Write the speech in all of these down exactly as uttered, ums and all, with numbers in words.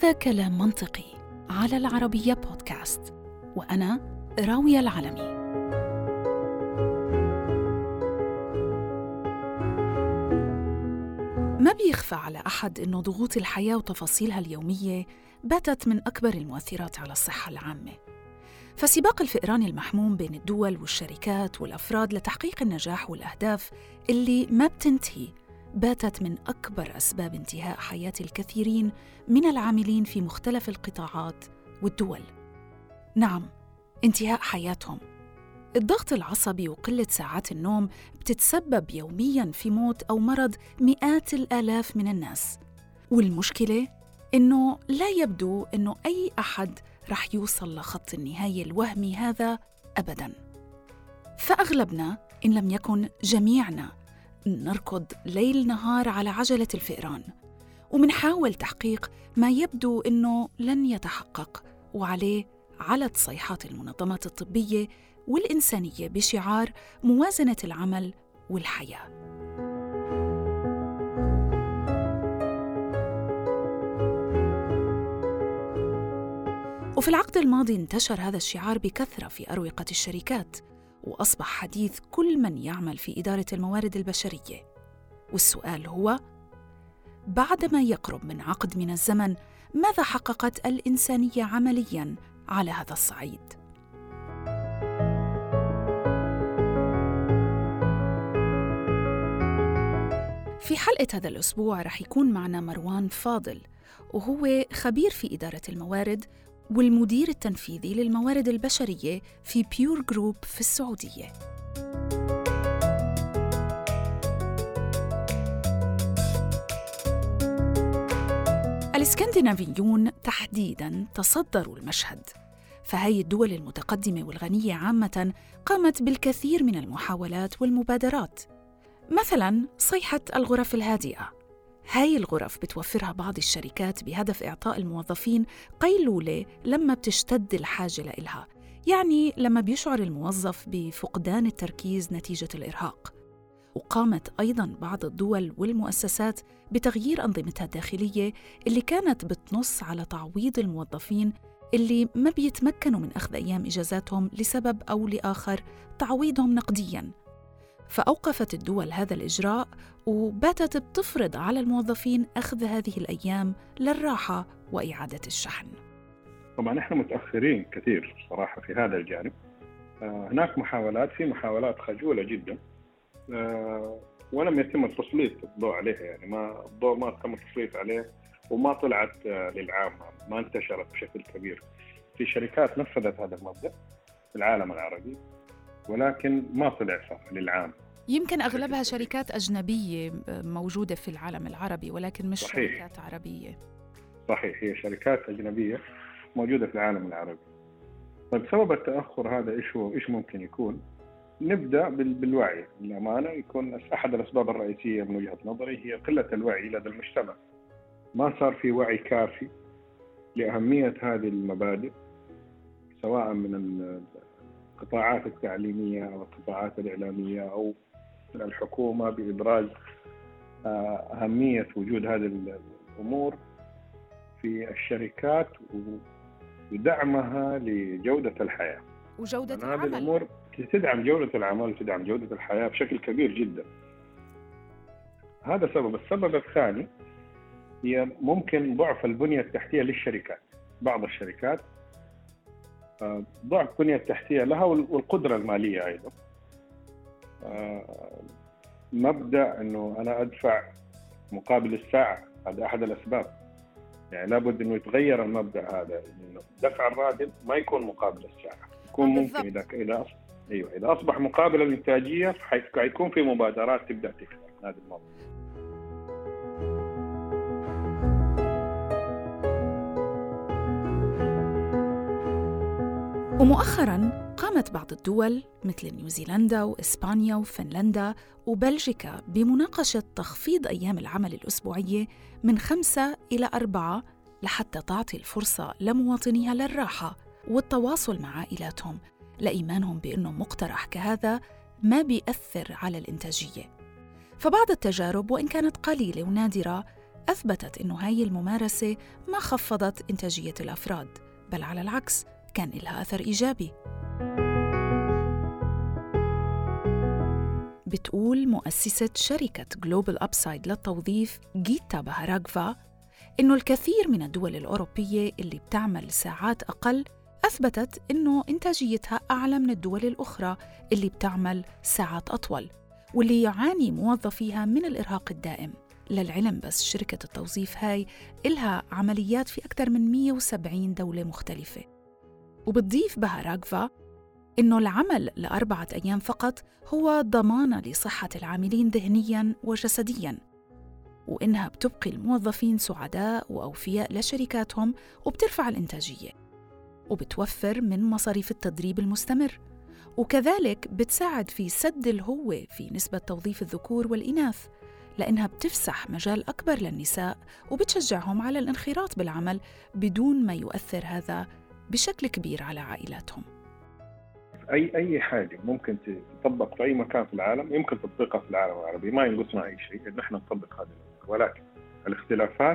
هذا كلام منطقي على العربية بودكاست، وأنا راوية العلمي. ما بيخفى على أحد إنه ضغوط الحياة وتفاصيلها اليومية باتت من أكبر المؤثرات على الصحة العامة. فسباق الفئران المحموم بين الدول والشركات والأفراد لتحقيق النجاح والأهداف اللي ما بتنتهي باتت من أكبر أسباب انتهاء حياة الكثيرين من العاملين في مختلف القطاعات والدول. نعم، انتهاء حياتهم. الضغط العصبي وقلة ساعات النوم بتتسبب يومياً في موت أو مرض مئات الآلاف من الناس. والمشكلة إنه لا يبدو إنه أي أحد رح يوصل لخط النهاية الوهمي هذا أبداً. فأغلبنا إن لم يكن جميعنا نركض ليل نهار على عجلة الفئران، ومنحاول تحقيق ما يبدو إنه لن يتحقق، وعليه علت صيحات المنظمات الطبية والإنسانية بشعار موازنة العمل والحياة. وفي العقد الماضي انتشر هذا الشعار بكثرة في أروقة الشركات، وأصبح حديث كل من يعمل في إدارة الموارد البشرية. والسؤال هو: بعدما يقرب من عقد من الزمن، ماذا حققت الإنسانية عملياً على هذا الصعيد؟ في حلقة هذا الأسبوع رح يكون معنا مروان فاضل، وهو خبير في إدارة الموارد والمدير التنفيذي للموارد البشرية في بيور جروب في السعودية. الإسكندنافيون تحديداً تصدروا المشهد، فهي الدول المتقدمة والغنية عامة قامت بالكثير من المحاولات والمبادرات، مثلاً صيحة الغرف الهادئة. هاي الغرف بتوفرها بعض الشركات بهدف إعطاء الموظفين قيلولة لما بتشتد الحاجة لإلها، يعني لما بيشعر الموظف بفقدان التركيز نتيجة الإرهاق. وقامت أيضاً بعض الدول والمؤسسات بتغيير أنظمتها الداخلية اللي كانت بتنص على تعويض الموظفين اللي ما بيتمكنوا من أخذ أيام إجازاتهم لسبب أو لآخر، تعويضهم نقدياً. فأوقفت الدول هذا الإجراء وباتت بتفرض على الموظفين أخذ هذه الأيام للراحة وإعادة الشحن. طبعاً إحنا متأخرين كثير صراحة في هذا الجانب. آه هناك محاولات في محاولات خجولة جداً، آه ولم يتم تسليط الضوء عليها، يعني ما الضوء ما تم التسليط عليه وما طلعت آه للعامة، ما انتشرت بشكل كبير. في شركات نفذت هذا المبدأ في العالم العربي، ولكن ما طلع للعام. يمكن أغلبها شركات أجنبية موجودة في العالم العربي، ولكن مش صحيح. شركات عربية. صحيح، هي شركات أجنبية موجودة في العالم العربي. طيب سبب التأخر هذا إيش هو؟ إيش ممكن يكون؟ نبدأ بالوعي. الأمانة يكون أحد الأسباب الرئيسية من وجهة نظري هي قلة الوعي لدى المجتمع. ما صار في وعي كافي لأهمية هذه المبادئ، سواء من القطاعات التعليمية أو القطاعات الإعلامية أو من الحكومة بإبراز أهمية وجود هذه الأمور في الشركات ودعمها لجودة الحياة وجودة هذه العمل. الأمور تدعم جودة العمل وتدعم جودة الحياة بشكل كبير جدا. هذا سبب. السبب الثاني هي ممكن ضعف البنية التحتية للشركات. بعض الشركات ضعف البنية التحتية لها والقدرة المالية أيضا. مبدأ أنه أنا أدفع مقابل الساعة، هذا أحد الأسباب. يعني لابد أنه يتغير المبدأ هذا، إنه دفع الراتب ما يكون مقابل الساعة، يكون ممكن إذا إذا أيوة إذا أصبح مقابل الإنتاجية حيكون في مبادرات تبدأ تكثر هذا الموضوع. ومؤخراً قامت بعض الدول مثل نيوزيلندا وإسبانيا وفنلندا وبلجيكا بمناقشة تخفيض أيام العمل الأسبوعية من خمسة إلى أربعة لحتى تعطي الفرصة لمواطنيها للراحة والتواصل مع عائلاتهم، لإيمانهم بأنه مقترح كهذا ما بيأثر على الإنتاجية. فبعض التجارب وإن كانت قليلة ونادرة أثبتت إنه هاي الممارسة ما خفضت إنتاجية الأفراد، بل على العكس كان لها أثر إيجابي. بتقول مؤسسة شركة جلوبال أبسايد للتوظيف جيتا بهاراغفا إنه الكثير من الدول الأوروبية اللي بتعمل ساعات أقل أثبتت إنه إنتاجيتها أعلى من الدول الأخرى اللي بتعمل ساعات أطول، واللي يعاني موظفيها من الإرهاق الدائم. للعلم بس شركة التوظيف هاي إلها عمليات في أكثر من مئة وسبعين دولة مختلفة. وبتضيف بهاراغفا إنه العمل لأربعة أيام فقط هو ضمانة لصحة العاملين ذهنياً وجسدياً، وإنها بتبقي الموظفين سعداء وأوفياء لشركاتهم وبترفع الإنتاجية، وبتوفر من مصاريف التدريب المستمر، وكذلك بتساعد في سد الهوة في نسبة توظيف الذكور والإناث، لأنها بتفسح مجال أكبر للنساء وبتشجعهم على الانخراط بالعمل بدون ما يؤثر هذا بشكل كبير على عائلاتهم. أي أي حاجة ممكن تطبق في أي مكان في العالم يمكن تطبيقها في العالم العربي، ما ينقصنا أي شيء إن إحنا نطبق هذا الأمور، ولكن الاختلافات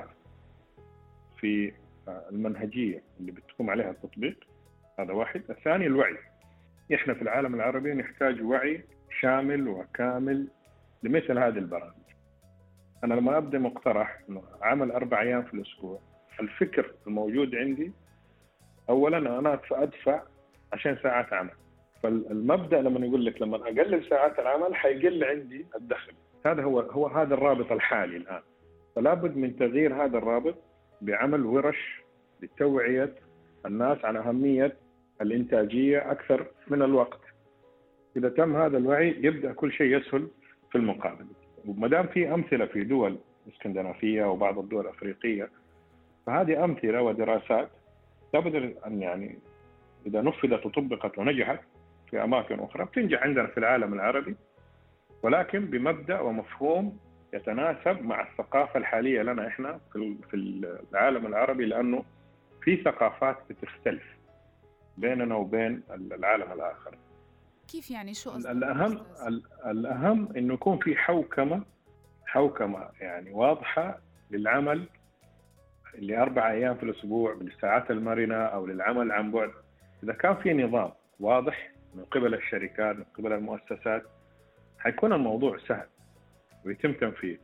في المنهجية اللي بتقوم عليها التطبيق، هذا واحد. الثاني الوعي. إحنا في العالم العربي نحتاج وعي شامل وكامل لمثل هذه البرامج. أنا لما أبدأ مقترح إنه عمل أربع أيام في الأسبوع، الفكر الموجود عندي أولاً أنا أدفع عشان ساعات عمل، فالمبدأ لما يقول لك لما أقلل ساعات العمل حيقل عندي الدخل. هذا هو هو هذا الرابط الحالي الآن. فلا بد من تغيير هذا الرابط بعمل ورش لتوعية الناس عن أهمية الإنتاجية أكثر من الوقت. إذا تم هذا الوعي يبدأ كل شيء يسهل في المقابل. وما دام في أمثلة في دول اسكندنافية وبعض الدول الأفريقية، فهذه أمثلة ودراسات لابد أن يعني إذا نفذت وطبقت ونجحت في أماكن أخرى بتنجح عندنا في العالم العربي، ولكن بمبدأ ومفهوم يتناسب مع الثقافة الحالية لنا إحنا في العالم العربي، لأنه في ثقافات بتختلف بيننا وبين العالم الآخر. كيف يعني؟ شو قصدك؟ الأهم الأهم إنه يكون في حوكمة حوكمة يعني واضحة للعمل لأربع أيام في الأسبوع بالساعات المرنة أو للعمل عن بعد. إذا كان في نظام واضح من قبل الشركات من قبل المؤسسات حيكون الموضوع سهل ويتم تنفيذه.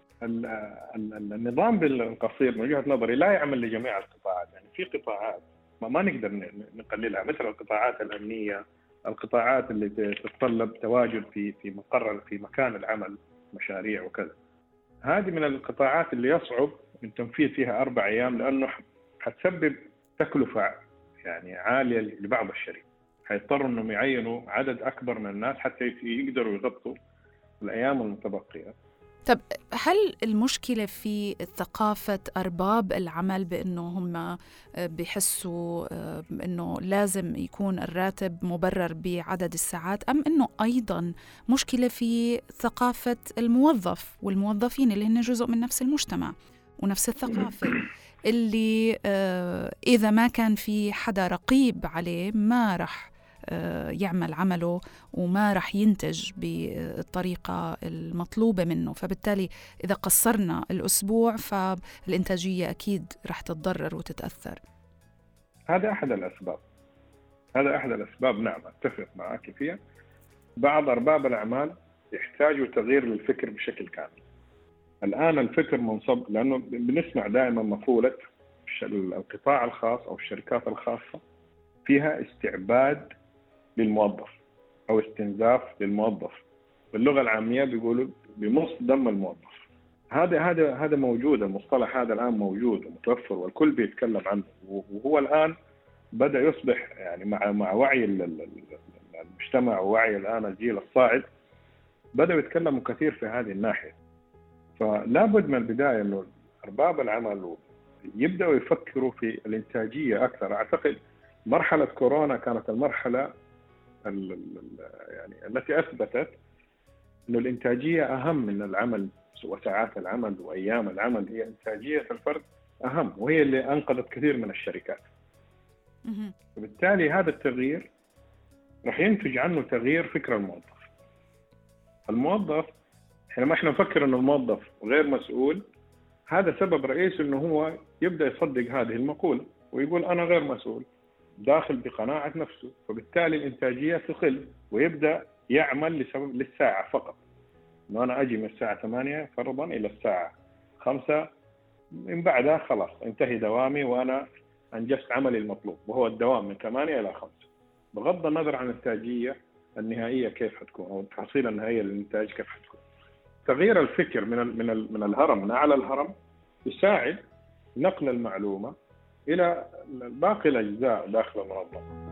النظام بالقصير من وجهة نظري لا يعمل لجميع القطاعات، يعني في قطاعات ما, ما نقدر نقللها، مثل القطاعات الأمنية، القطاعات اللي تتطلب تواجد في في مقر في مكان العمل، مشاريع وكذا. هذه من القطاعات اللي يصعب من تنفيذ فيها أربع أيام، لأنه حتسبب تكلفة يعني عالية لبعض الشركات، حيضطروا إنهم يعينوا عدد أكبر من الناس حتى يقدروا يغطوا الأيام المتبقية. طب هل المشكلة في ثقافة أرباب العمل بأنه هم بيحسوا أنه لازم يكون الراتب مبرر بعدد الساعات، أم أنه أيضاً مشكلة في ثقافة الموظف والموظفين اللي هن جزء من نفس المجتمع ونفس الثقافة، اللي إذا ما كان في حدا رقيب عليه ما رح يعمل عمله وما رح ينتج بالطريقة المطلوبة منه، فبالتالي إذا قصرنا الأسبوع فالإنتاجية أكيد رح تتضرر وتتأثر. هذا أحد الأسباب هذا أحد الأسباب نعم أتفق معك فيها. بعض أرباب الأعمال يحتاجوا تغيير للفكر بشكل كامل. الآن الفكر منصب، لأنه بنسمع دائما مقولة القطاع الخاص أو الشركات الخاصة فيها استعباد للموظف أو استنزاف للموظف، باللغة العامية بيقولوا بمص دم الموظف. هذا هذا هذا موجود، المصطلح هذا الآن موجود ومتوفر والكل بيتكلم عنه، وهو الآن بدأ يصبح يعني مع مع وعي المجتمع ووعي الآن الجيل الصاعد بدأوا يتكلموا كثير في هذه الناحية. فلا بد من البداية إنه أرباب العمل يبدأوا يفكروا في الإنتاجية أكثر. أعتقد مرحلة كورونا كانت المرحلة يعني التي أثبتت إنه الإنتاجية أهم من العمل وساعات العمل وأيام العمل، هي إنتاجية الفرد أهم، وهي اللي أنقذت كثير من الشركات. وبالتالي هذا التغيير رح ينتج عنه تغيير فكر الموظف. الموظف حينما احنا نفكر إنه الموظف غير مسؤول هذا سبب رئيسي أنه هو يبدأ يصدق هذه المقولة ويقول أنا غير مسؤول، داخل بقناعة نفسه، فبالتالي الإنتاجية تقل ويبدأ يعمل لسبب للساعة فقط، إنه أنا أجي من الساعة ثمانية فرضاً إلى الساعة خمسة، من بعدها خلاص انتهي دوامي وأنا أنجزت عملي المطلوب، وهو الدوام من ثمانية إلى خمسة، بغض النظر عن الإنتاجية النهائية كيف حتكون أو التحصيلة النهائية للإنتاج كيف حتكون. تغيير الفكر من ال من ال من الهرم من أعلى الهرم يساعد نقل المعلومة إلى باقي الأجزاء داخل المنظمة.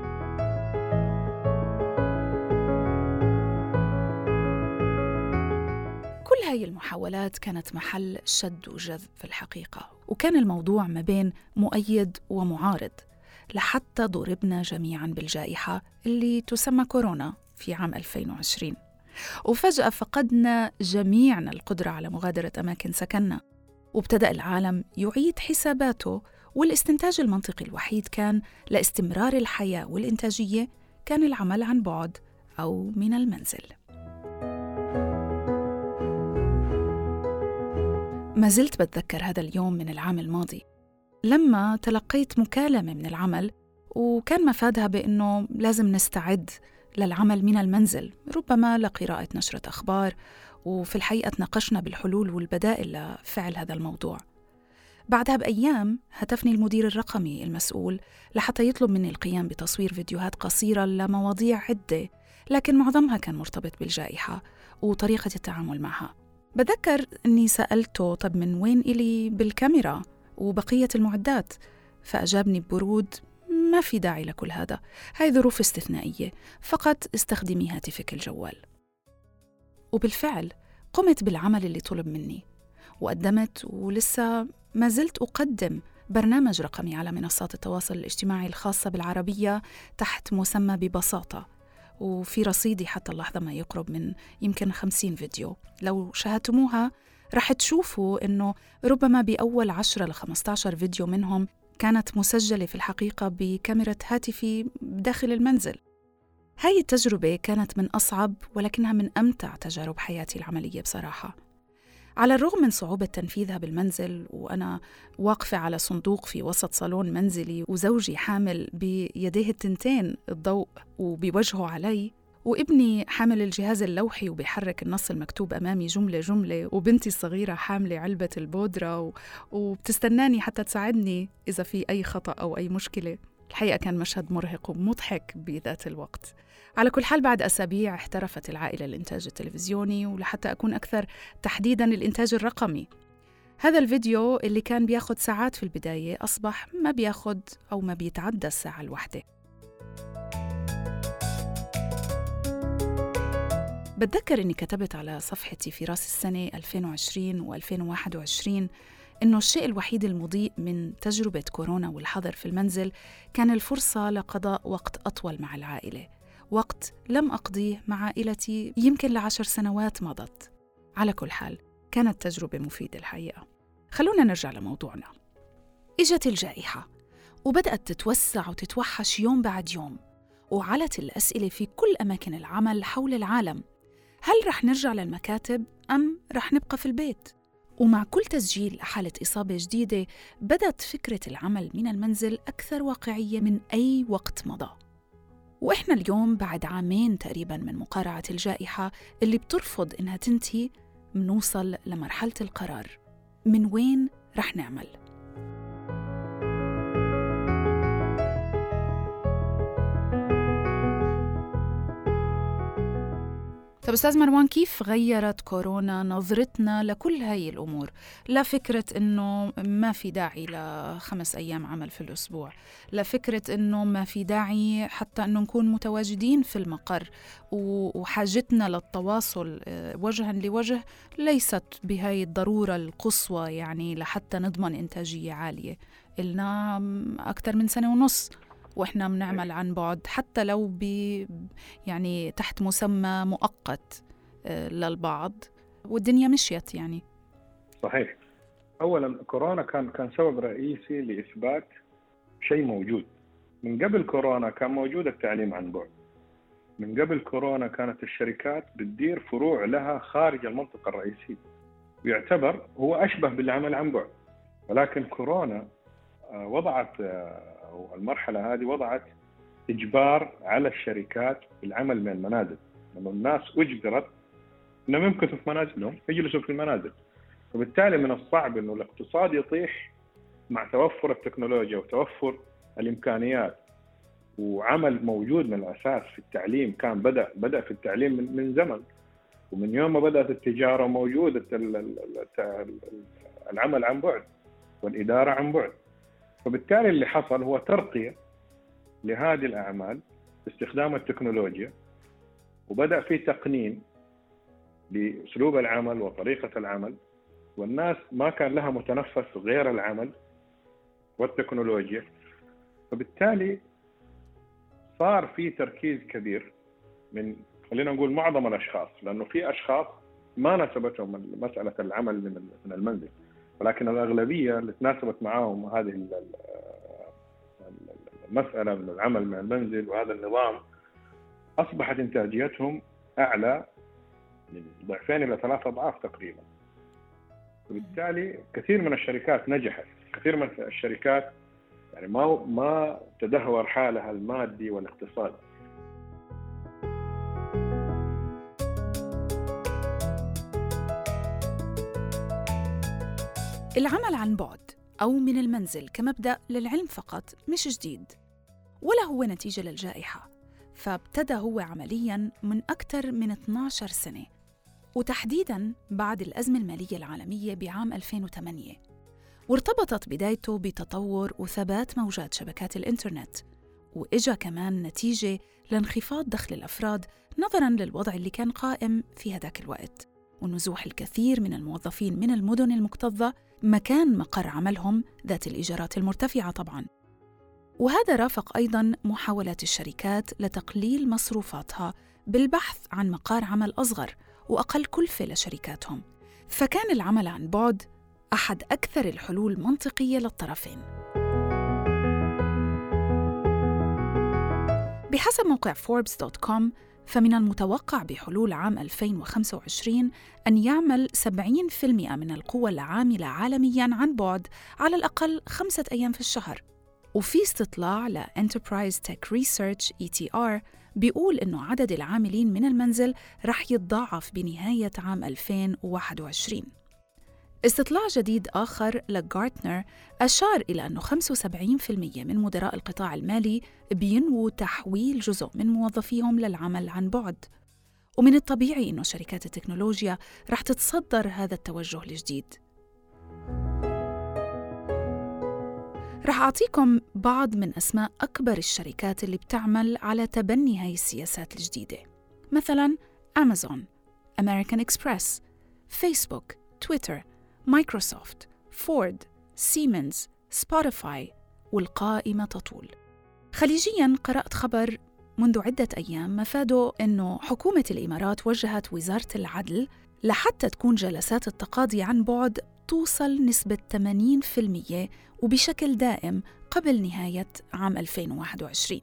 كل هاي المحاولات كانت محل شد وجذب في الحقيقة، وكان الموضوع ما بين مؤيد ومعارض، لحتى ضربنا جميعاً بالجائحة اللي تسمى كورونا في عام ألفين وعشرين، وفجأة فقدنا جميعنا القدرة على مغادرة أماكن سكننا، وابتدأ العالم يعيد حساباته، والاستنتاج المنطقي الوحيد كان لاستمرار الحياة والإنتاجية كان العمل عن بعد أو من المنزل. ما زلت بتذكر هذا اليوم من العام الماضي لما تلقيت مكالمة من العمل، وكان مفادها بأنه لازم نستعد للعمل من المنزل، ربما لقراءة نشرة أخبار، وفي الحقيقة تناقشنا بالحلول والبدائل لفعل هذا الموضوع. بعدها بأيام هتفني المدير الرقمي المسؤول لحتى يطلب مني القيام بتصوير فيديوهات قصيرة لمواضيع عدة، لكن معظمها كان مرتبط بالجائحة وطريقة التعامل معها. بذكر أني سألته طب من وين إلي بالكاميرا وبقية المعدات، فأجابني ببرود ما في داعي لكل هذا، هاي ظروف استثنائية، فقط استخدمي هاتفك الجوال. وبالفعل قمت بالعمل اللي طلب مني، وقدمت ولسه ما زلت أقدم برنامج رقمي على منصات التواصل الاجتماعي الخاصة بالعربية تحت مسمى ببساطة، وفي رصيدي حتى اللحظة ما يقرب من يمكن خمسين فيديو. لو شاهدتموها رح تشوفوا إنه ربما بأول عشرة لخمسة عشر فيديو منهم كانت مسجلة في الحقيقة بكاميرا هاتفي داخل المنزل. هاي التجربة كانت من أصعب ولكنها من أمتع تجارب حياتي العملية بصراحة. على الرغم من صعوبة تنفيذها بالمنزل، وأنا واقفة على صندوق في وسط صالون منزلي وزوجي حامل بيديه التنتين الضوء وبوجهه علي، وابني حامل الجهاز اللوحي وبيحرك النص المكتوب أمامي جملة جملة، وبنتي الصغيرة حاملة علبة البودرة و... وبتستناني حتى تساعدني إذا في أي خطأ أو أي مشكلة. الحقيقة كان مشهد مرهق ومضحك بذات الوقت. على كل حال بعد أسابيع احترفت العائلة الإنتاج التلفزيوني، ولحتى أكون أكثر تحديداً الإنتاج الرقمي. هذا الفيديو اللي كان بياخد ساعات في البداية أصبح ما بياخد أو ما بيتعدى الساعة الواحدة. بتذكر أني كتبت على صفحتي في رأس السنة ألفين وعشرين وألفين وواحد وعشرين إنه الشيء الوحيد المضيء من تجربة كورونا والحظر في المنزل كان الفرصة لقضاء وقت أطول مع العائلة، وقت لم أقضيه مع عائلتي يمكن لعشر سنوات مضت. على كل حال كانت تجربة مفيدة الحقيقة. خلونا نرجع لموضوعنا. إجت الجائحة وبدأت تتوسع وتتوحش يوم بعد يوم، وعلت الأسئلة في كل أماكن العمل حول العالم: هل رح نرجع للمكاتب أم رح نبقى في البيت؟ ومع كل تسجيل حالة إصابة جديدة بدأت فكرة العمل من المنزل أكثر واقعية من أي وقت مضى. وإحنا اليوم بعد عامين تقريباً من مقارعة الجائحة اللي بترفض إنها تنتهي، منوصل لمرحلة القرار: من وين رح نعمل؟ طب أستاذ مروان، كيف غيرت كورونا نظرتنا لكل هاي الأمور؟ لا فكرة إنه ما في داعي لخمس أيام عمل في الأسبوع، لا فكرة إنه ما في داعي حتى إنه نكون متواجدين في المقر، وحاجتنا للتواصل وجها لوجه ليست بهاي الضرورة القصوى يعني لحتى نضمن إنتاجية عالية. إلنا أكثر من سنة ونص وإحنا بنعمل عن بعد، حتى لو ب يعني تحت مسمى مؤقت للبعض، والدنيا مشيت يعني. صحيح. أولاً كورونا كان كان سبب رئيسي لإثبات شيء موجود. من قبل كورونا كان موجود التعليم عن بعد. من قبل كورونا كانت الشركات بتدير فروع لها خارج المنطقة الرئيسية. ويعتبر هو أشبه بالعمل عن بعد. ولكن كورونا وضعت أو المرحلة هذه وضعت إجبار على الشركات بالعمل من المنازل، لأن الناس أجبرت إنهم يمكثوا في منازلهم، يجلسوا في المنازل. وبالتالي من الصعب إنه الاقتصاد يطيح مع توفر التكنولوجيا وتوفر الإمكانيات، وعمل موجود من الأساس في التعليم كان بدأ بدأ في التعليم من, من زمن، ومن يوم ما بدأت التجارة موجود العمل عن بعد والإدارة عن بعد. فبالتالي اللي حصل هو ترقية لهذه الأعمال باستخدام التكنولوجيا، وبدأ في تقنين لأسلوب العمل وطريقة العمل، والناس ما كان لها متنفس غير العمل والتكنولوجيا. فبالتالي صار في تركيز كبير من خلينا نقول معظم الأشخاص، لأنه في أشخاص ما ناسبتهم مسألة العمل من المنزل، ولكن الأغلبية اللي تناسبت معهم هذه المسألة من العمل من المنزل وهذا النظام، أصبحت إنتاجيتهم أعلى من ضعفين إلى ثلاثة أضعاف تقريبا. وبالتالي كثير من الشركات نجحت، كثير من الشركات يعني ما ما تدهور حالها المادي والاقتصادي. العمل عن بعد أو من المنزل كمبدأ للعلم فقط مش جديد، ولا هو نتيجة للجائحة، فابتدى هو عملياً من أكثر من اثنتي عشرة سنة، وتحديداً بعد الأزمة المالية العالمية بعام ألفين وثمانية، وارتبطت بدايته بتطور وثبات موجات شبكات الإنترنت، وإجا كمان نتيجة لانخفاض دخل الأفراد نظراً للوضع اللي كان قائم في هذاك الوقت، ونزوح الكثير من الموظفين من المدن المكتظة مكان مقر عملهم ذات الإيجارات المرتفعة طبعاً. وهذا رافق أيضاً محاولات الشركات لتقليل مصروفاتها بالبحث عن مقار عمل أصغر وأقل كلفة لشركاتهم، فكان العمل عن بعد أحد أكثر الحلول منطقية للطرفين. بحسب موقع فوربس دوت كوم، فمن المتوقع بحلول عام ألفين وخمسة وعشرين أن يعمل سبعين بالمئة من القوى العاملة عالمياً عن بعد على الأقل خمسة أيام في الشهر. وفي استطلاع ل Enterprise Tech Research إي تي آر بيقول إنه عدد العاملين من المنزل رح يتضاعف بنهاية عام ألفين وواحد وعشرين. استطلاع جديد آخر لغارتنر أشار إلى أنه خمسة وسبعين بالمئة من مدراء القطاع المالي بينووا تحويل جزء من موظفيهم للعمل عن بعد، ومن الطبيعي أنه شركات التكنولوجيا رح تتصدر هذا التوجه الجديد. رح أعطيكم بعض من أسماء أكبر الشركات اللي بتعمل على تبني هاي السياسات الجديدة، مثلاً أمازون، أمريكان إكسبرس، فيسبوك، تويتر، مايكروسوفت، فورد، سيمنز، سبوتيفاي، والقائمة تطول. خليجياً قرأت خبر منذ عدة أيام مفاده أنه حكومة الإمارات وجهت وزارة العدل لحتى تكون جلسات التقاضي عن بعد توصل نسبة ثمانين بالمئة وبشكل دائم قبل نهاية عام ألفين وواحد وعشرين.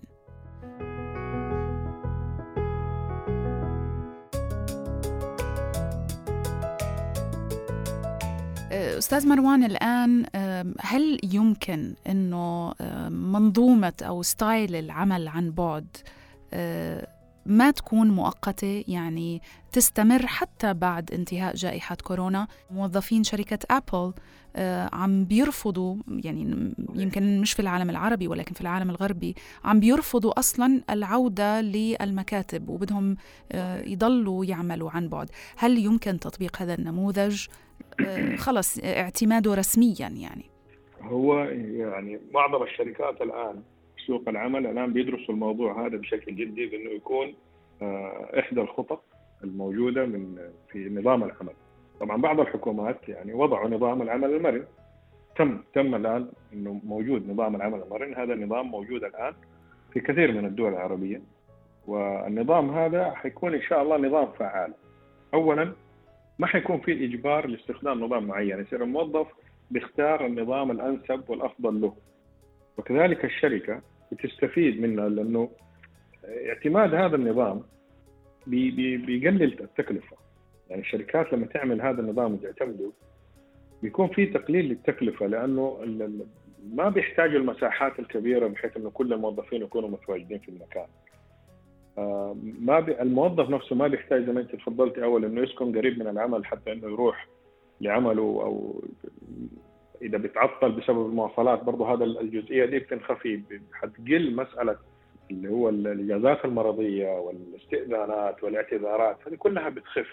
أستاذ مروان، الآن هل يمكن أنه منظومة أو ستايل العمل عن بعد ما تكون مؤقتة، يعني تستمر حتى بعد انتهاء جائحة كورونا؟ موظفين شركة أبل عم بيرفضوا، يعني يمكن مش في العالم العربي ولكن في العالم الغربي، عم بيرفضوا أصلاً العودة للمكاتب وبدهم يضلوا يعملوا عن بعد. هل يمكن تطبيق هذا النموذج خلص اعتماده رسمياً؟ يعني هو يعني معظم الشركات الآن سوق العمل الآن بيدرسوا الموضوع هذا بشكل جدي، بأنه يكون إحدى الخطط الموجودة من في نظام العمل. طبعا بعض الحكومات يعني وضعوا نظام العمل المرن، تم تم الآن إنه موجود نظام العمل المرن. هذا النظام موجود الآن في كثير من الدول العربية، والنظام هذا حيكون إن شاء الله نظام فعال. أولا ما حيكون فيه إجبار لاستخدام نظام معين، يصير الموظف بيختار النظام الأنسب والأفضل له، وكذلك الشركة بتستفيد منه، لأنه اعتماد هذا النظام بي بي بيقلل التكلفة. يعني الشركات لما تعمل هذا النظام وتعتمده بيكون في تقليل للتكلفة، لأنه ما بيحتاجوا المساحات الكبيرة بحيث أنه كل الموظفين يكونوا متواجدين في المكان. ما بي... الموظف نفسه ما بيحتاج زي ما أنت تفضلتي أول أنه يسكن قريب من العمل حتى أنه يروح لعمله، أو إذا بيتعطل بسبب المواصلات برضه هذا الجزئية دي بتنخفي، حتقل مسألة اللي هو الإجازات المرضية والاستئذانات والاعتذارات، هذه كلها بتخف.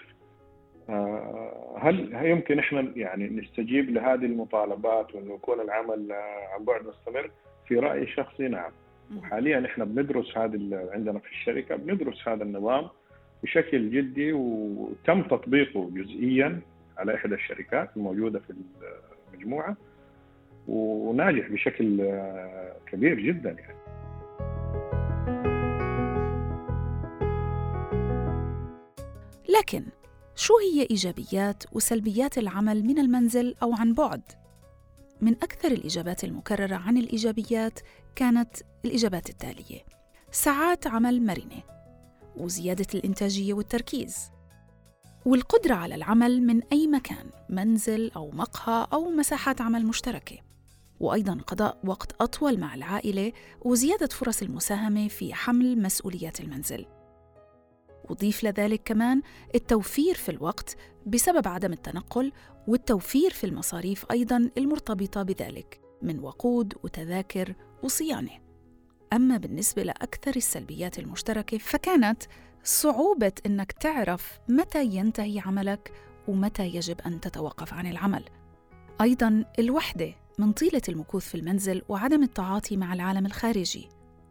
هل يمكن إحنا يعني نستجيب لهذه المطالبات وإنه يكون العمل عن بعد مستمر؟ في رأيي الشخصي نعم. وحاليا إحنا بندرس هذا عندنا في الشركة، بندرس هذا النظام بشكل جدي، وتم تطبيقه جزئيا على إحدى الشركات الموجودة في المجموعة، وناجح بشكل كبير جدا يعني. لكن شو هي إيجابيات وسلبيات العمل من المنزل أو عن بعد؟ من أكثر الإجابات المكررة عن الإيجابيات كانت الإجابات التالية: ساعات عمل مرنة، وزيادة الإنتاجية والتركيز، والقدرة على العمل من أي مكان، منزل أو مقهى أو مساحات عمل مشتركة، وأيضاً قضاء وقت أطول مع العائلة وزيادة فرص المساهمة في حمل مسؤوليات المنزل. وضيف لذلك كمان التوفير في الوقت بسبب عدم التنقل، والتوفير في المصاريف أيضاً المرتبطة بذلك من وقود وتذاكر وصيانة. أما بالنسبة لأكثر السلبيات المشتركة فكانت صعوبة إنك تعرف متى ينتهي عملك ومتى يجب أن تتوقف عن العمل. أيضاً الوحدة من طيلة المكوث في المنزل وعدم التعاطي مع العالم الخارجي.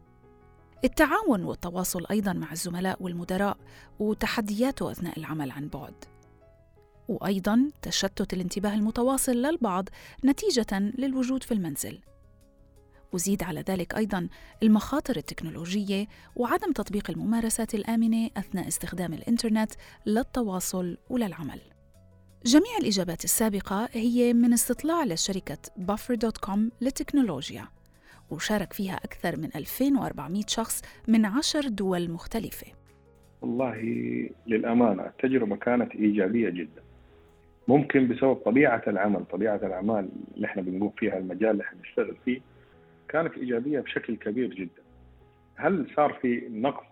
التعاون والتواصل أيضاً مع الزملاء والمدراء وتحدياته أثناء العمل عن بعد. وأيضاً تشتت الانتباه المتواصل للبعض نتيجة للوجود في المنزل. وزيد على ذلك أيضاً المخاطر التكنولوجية وعدم تطبيق الممارسات الآمنة أثناء استخدام الإنترنت للتواصل وللعمل. جميع الإجابات السابقة هي من استطلاع لشركة بافر دوت كوم للتكنولوجيا، وشارك فيها أكثر من ألفين وأربعمائة شخص من عشر دول مختلفة. والله للأمانة التجربة كانت إيجابية جدا، ممكن بسبب طبيعة العمل، طبيعة الأعمال اللي احنا بنقوم فيها، المجال اللي احنا نشتغل فيه، كانت إيجابية بشكل كبير جدا. هل صار في نقص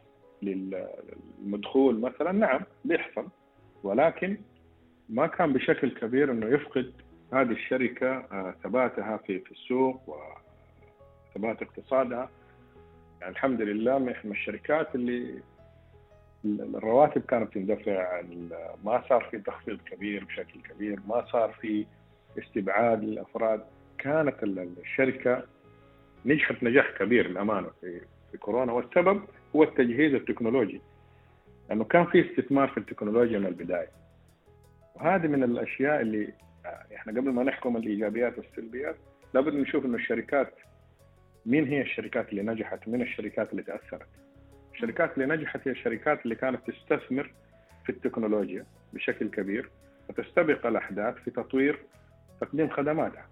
للمدخول مثلا؟ نعم بيحصل، ولكن ما كان بشكل كبير انه يفقد هذه الشركة ثباتها في في السوق وثبات اقتصادها. يعني الحمد لله من الشركات اللي الرواتب كانت تندفع، ما صار في تخفيض كبير بشكل كبير، ما صار في استبعاد للأفراد. كانت الشركة نجحت نجاح كبير الأمانة في في كورونا، والسبب هو التجهيز التكنولوجي، لأنه كان في استثمار في التكنولوجيا من البداية. وهذه من الأشياء اللي إحنا قبل ما نحكم الإيجابيات والسلبيات لابد نشوف إنه الشركات، مين هي الشركات اللي نجحت ومين الشركات اللي تأثرت. الشركات اللي نجحت هي الشركات اللي كانت تستثمر في التكنولوجيا بشكل كبير وتستبق الأحداث في تطوير تقديم خدماتها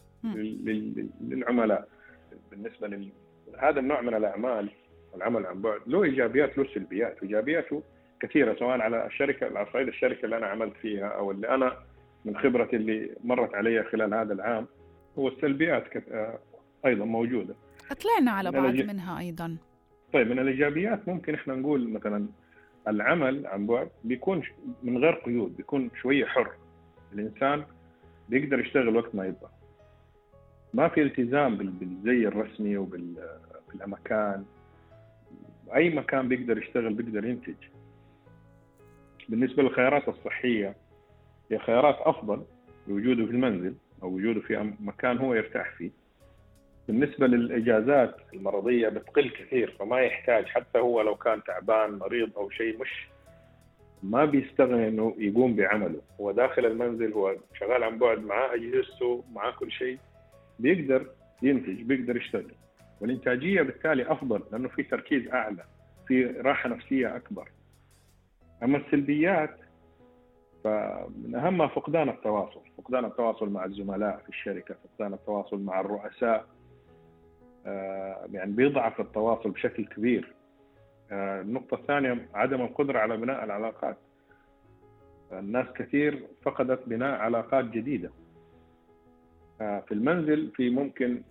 للعملاء. بالنسبة لهذا النوع من الأعمال والعمل عن بعد له إيجابيات له سلبيات، وإيجابياته كثيرة سواء على الشركة، على صعيد الشركة اللي أنا عملت فيها أو اللي أنا من خبرتي اللي مرت علي خلال هذا العام، هو السلبيات أيضا موجودة. أطلعنا على بعض الج... منها أيضا. طيب من الإيجابيات ممكن إحنا نقول مثلا العمل عن بعد بيكون من غير قيود، بيكون شوية حر، الإنسان بيقدر يشتغل وقت ما يبغى، ما في التزام بالزي الرسمي وبالأماكن، أي مكان بيقدر يشتغل بيقدر ينتج. بالنسبة للخيارات الصحية هي خيارات أفضل بوجوده في المنزل أو وجوده في مكان هو يرتاح فيه. بالنسبة للإجازات المرضية بتقل كثير، فما يحتاج حتى هو لو كان تعبان مريض أو شيء مش ما بيستغني إنه يقوم بعمله، هو داخل المنزل، هو شغال عن بعد، معاه أجهزته، معاه كل شيء، بيقدر ينتج، بيقدر يشتغل، والإنتاجية بالتالي أفضل لأنه في تركيز أعلى، في راحة نفسية أكبر. أما السلبيات فمن أهمها فقدان التواصل، فقدان التواصل مع الزملاء في الشركة، فقدان التواصل مع الرؤساء، آه يعني بيضعف التواصل بشكل كبير. آه النقطة الثانية عدم القدرة على بناء العلاقات. الناس كثير فقدت بناء علاقات جديدة في المنزل. في ممكن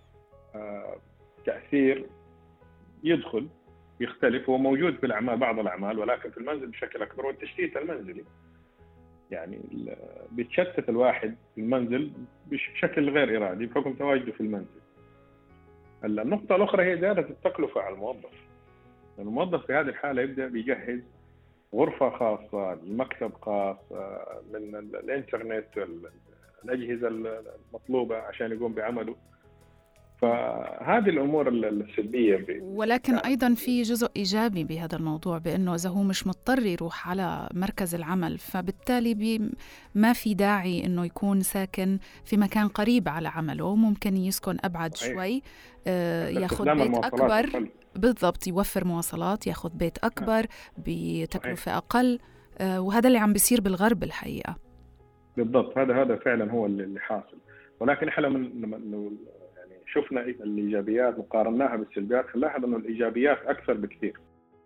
تأثير يدخل يختلف، هو موجود في الأعمال بعض الأعمال، ولكن في المنزل بشكل أكبر، والتشتيت المنزلي يعني بيتشتت الواحد في المنزل بشكل غير إرادي بحكم تواجده في المنزل. النقطة الأخرى هي زيادة التكلفة على الموظف. الموظف في هذه الحالة يبدأ بيجهز غرفة خاصة، المكتب خاص، من الإنترنت، الأجهزة المطلوبة عشان يقوم بعمله. فهذه الأمور السلبية. ولكن أيضاً في جزء إيجابي بهذا الموضوع، بأنه إذا هو مش مضطر يروح على مركز العمل، فبالتالي بي ما في داعي أنه يكون ساكن في مكان قريب على عمله، ممكن يسكن أبعد شوي، آه ياخد بيت أكبر. أقل. بالضبط، يوفر مواصلات، ياخد بيت أكبر بتكلفة أقل، آه وهذا اللي عم بيصير بالغرب الحقيقة. بالضبط، هذا هذا فعلا هو اللي حاصل. ولكن احنا من شفنا الإيجابيات وقارناها بالسلبيات، نلاحظ أنه الإيجابيات أكثر بكثير.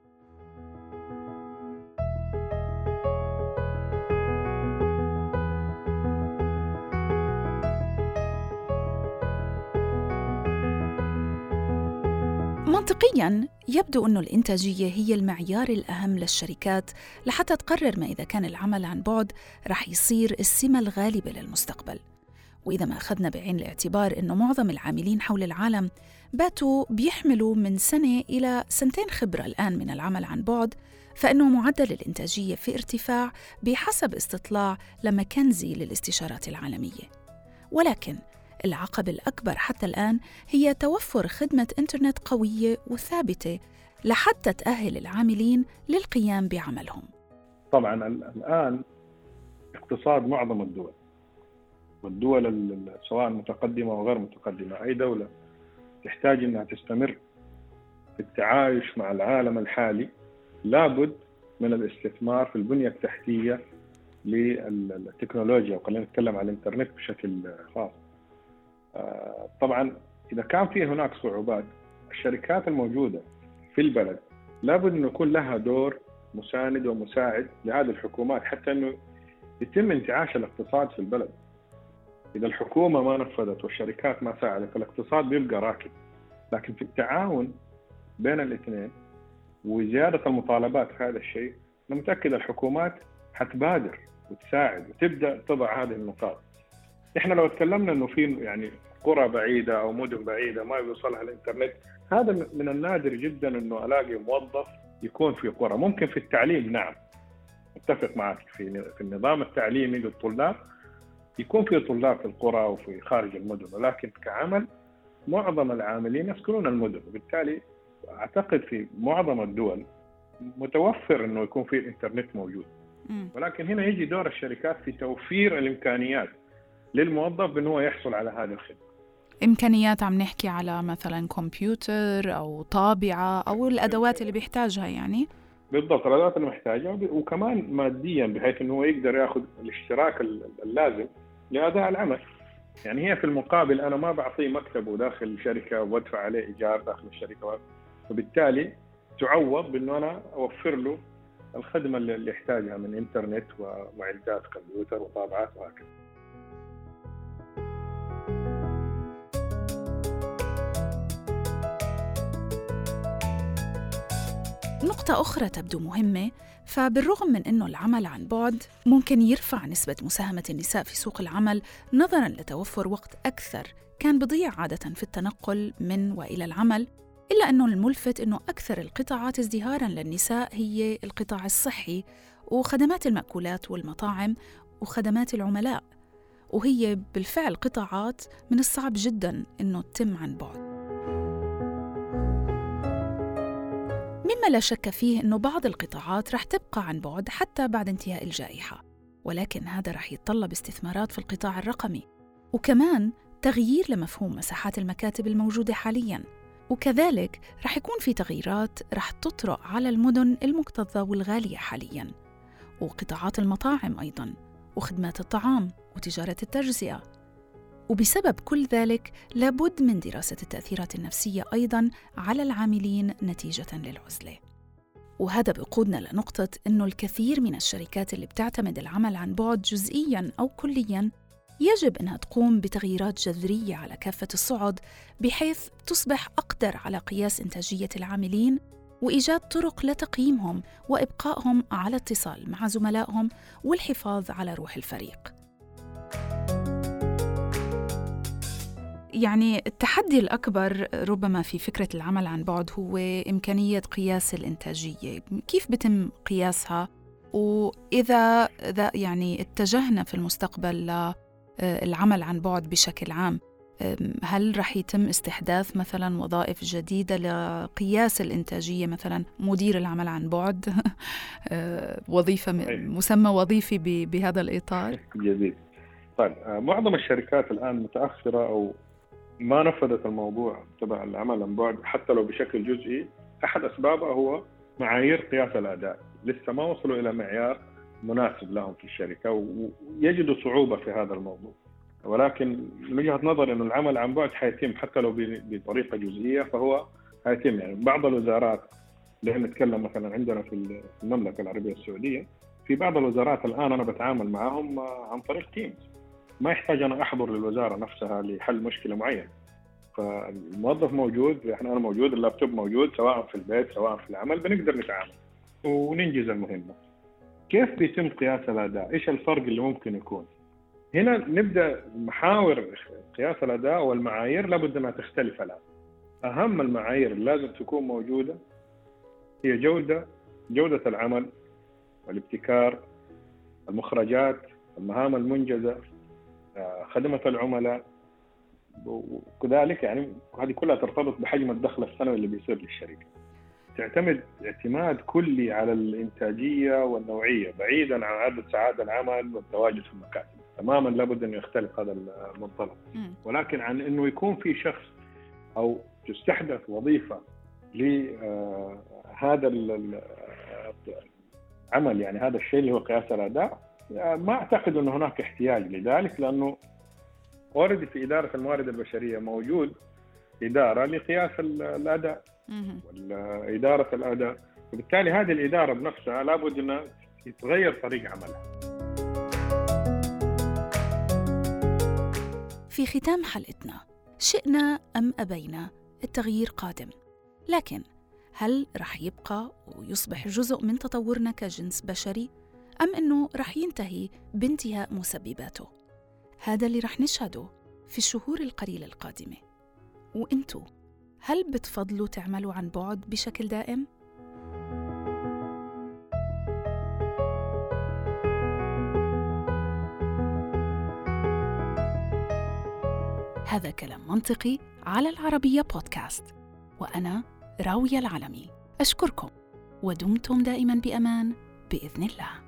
منطقياً يبدو أن الإنتاجية هي المعيار الأهم للشركات لحتى تقرر ما إذا كان العمل عن بعد رح يصير السمة الغالبة للمستقبل. وإذا ما أخذنا بعين الاعتبار أنه معظم العاملين حول العالم باتوا بيحملوا من سنة إلى سنتين خبرة الآن من العمل عن بعد، فإنه معدل الإنتاجية في ارتفاع بحسب استطلاع لماكنزي للاستشارات العالمية. ولكن العقبة الأكبر حتى الآن هي توفر خدمة إنترنت قوية وثابتة لحتى تأهل العاملين للقيام بعملهم. طبعاً الآن اقتصاد معظم الدول، والدول سواء متقدمة أو غير متقدمة، أي دولة تحتاج أنها تستمر في التعايش مع العالم الحالي، لابد من الاستثمار في البنية التحتية للتكنولوجيا، وخلينا نتكلم عن الإنترنت بشكل خاص. طبعا إذا كان في هناك صعوبات، الشركات الموجودة في البلد لابد أن يكون لها دور مساند ومساعد لهذه الحكومات حتى أنه يتم انتعاش الاقتصاد في البلد. إذا الحكومة ما نفذت والشركات ما ساعدت، الاقتصاد بيبقى راكد. لكن في التعاون بين الاثنين وزيادة المطالبات في هذا الشيء، أنا متأكد الحكومات حتبادر وتساعد وتبدأ تضع هذه النقاط. إحنا لو تكلمنا إنه في يعني قرى بعيدة أو مدن بعيدة ما يوصلها الإنترنت، هذا من النادر جدا إنه ألاقي موظف يكون في قرى. ممكن في التعليم نعم، أتفق معك في في النظام التعليمي للطلاب يكون في طلاب في القرى وفي خارج المدن، ولكن كعمل معظم العاملين يسكنون المدن، وبالتالي أعتقد في معظم الدول متوفر إنه يكون في الإنترنت موجود. ولكن هنا يجي دور الشركات في توفير الإمكانيات للموظف بأنه يحصل على هذه الخدمة. إمكانيات عم نحكي على مثلا كمبيوتر أو طابعة أو الأدوات اللي بيحتاجها يعني. بالضبط، الأدوات اللي محتاجها، وكمان ماديا بحيث أنه يقدر يأخذ الاشتراك اللازم لأداء العمل. يعني هي في المقابل أنا ما بعطيه مكتب داخل شركة وادفع عليه إيجار داخل الشركة، وبالتالي تعوض بأنه أنا أوفر له الخدمة اللي يحتاجها من إنترنت ومعدات كمبيوتر وطابعات وهكذا. نقطة أخرى تبدو مهمة، فبالرغم من أنه العمل عن بعد ممكن يرفع نسبة مساهمة النساء في سوق العمل نظراً لتوفر وقت أكثر كان بضيع عادة في التنقل من وإلى العمل، إلا أنه الملفت أنه أكثر القطاعات ازدهاراً للنساء هي القطاع الصحي وخدمات المأكولات والمطاعم وخدمات العملاء، وهي بالفعل قطاعات من الصعب جداً أنه تتم عن بعد. مما لا شك فيه أنه بعض القطاعات رح تبقى عن بعد حتى بعد انتهاء الجائحة، ولكن هذا رح يتطلب استثمارات في القطاع الرقمي، وكمان تغيير لمفهوم مساحات المكاتب الموجودة حالياً، وكذلك رح يكون في تغييرات رح تطرأ على المدن المكتظة والغالية حالياً، وقطاعات المطاعم أيضاً، وخدمات الطعام وتجارة التجزئة. وبسبب كل ذلك لابد من دراسة التأثيرات النفسية أيضاً على العاملين نتيجة للعزلة. وهذا بيقودنا لنقطة إنه الكثير من الشركات اللي بتعتمد العمل عن بعد جزئياً أو كلياً يجب أنها تقوم بتغييرات جذرية على كافة الصعد بحيث تصبح أقدر على قياس إنتاجية العاملين وإيجاد طرق لتقييمهم وإبقائهم على اتصال مع زملائهم والحفاظ على روح الفريق. يعني التحدي الأكبر ربما في فكرة العمل عن بعد هو إمكانية قياس الإنتاجية. كيف بتم قياسها؟ وإذا إذا يعني اتجهنا في المستقبل للعمل عن بعد بشكل عام، هل رح يتم استحداث مثلا وظائف جديدة لقياس الإنتاجية، مثلا مدير العمل عن بعد وظيفة مسمى وظيفي بهذا الإطار؟ جديد. طيب معظم الشركات الآن متأخرة أو ما نفذت الموضوع تبع العمل عن بعد حتى لو بشكل جزئي. أحد أسبابها هو معايير قياس الأداء، لسه ما وصلوا إلى معيار مناسب لهم في الشركة ويجدوا صعوبة في هذا الموضوع. ولكن من وجهة نظر إنه العمل عن بعد حيتم حتى لو بطريقة جزئية، فهو حيتم. يعني بعض الوزارات اللي نتكلم مثلا عندنا في المملكة العربية السعودية، في بعض الوزارات الآن أنا بتعامل معهم عن طريق تيمز، ما يحتاج أنا أحضر للوزارة نفسها لحل مشكلة معينة. فالموظف موجود، إحنا أنا موجود، اللابتوب موجود، سواء في البيت سواء في العمل، بنقدر نتعامل وننجز المهمة. كيف بيتم قياس الأداء؟ إيش الفرق اللي ممكن يكون؟ هنا نبدأ محاور قياس الأداء والمعايير لابد أنها تختلف الآن. أهم المعايير اللي لازم تكون موجودة هي جودة جودة العمل والابتكار، المخرجات، المهام المنجزة، خدمة العملاء، وكذلك يعني هذه كلها ترتبط بحجم الدخل السنوي اللي بيصير للشركة. تعتمد اعتماد كلي على الإنتاجية والنوعية بعيداً عن عدد ساعات العمل والتواجد في المكاتب. تماماً لابد أن يختلف هذا المنطلق. ولكن عن أنه يكون في شخص أو تستحدث وظيفة لهذا العمل، يعني هذا الشيء اللي هو قياس الأداء، ما أعتقد أن هناك احتياج لذلك، لأنه ورد في إدارة الموارد البشرية موجود إدارة لقياس الأداء وإدارة الأداء، وبالتالي هذه الإدارة بنفسها لابد أن يتغير طريق عملها. في ختام حلقتنا، شئنا أم أبينا التغيير قادم، لكن هل رح يبقى ويصبح جزء من تطورنا كجنس بشري، أم أنه رح ينتهي بانتهاء مسبباته؟ هذا اللي رح نشهده في الشهور القليلة القادمة. وإنتوا هل بتفضلوا تعملوا عن بعد بشكل دائم؟ هذا كلام منطقي على العربية بودكاست، وأنا راوية العلمي. أشكركم ودمتم دائما بأمان بإذن الله.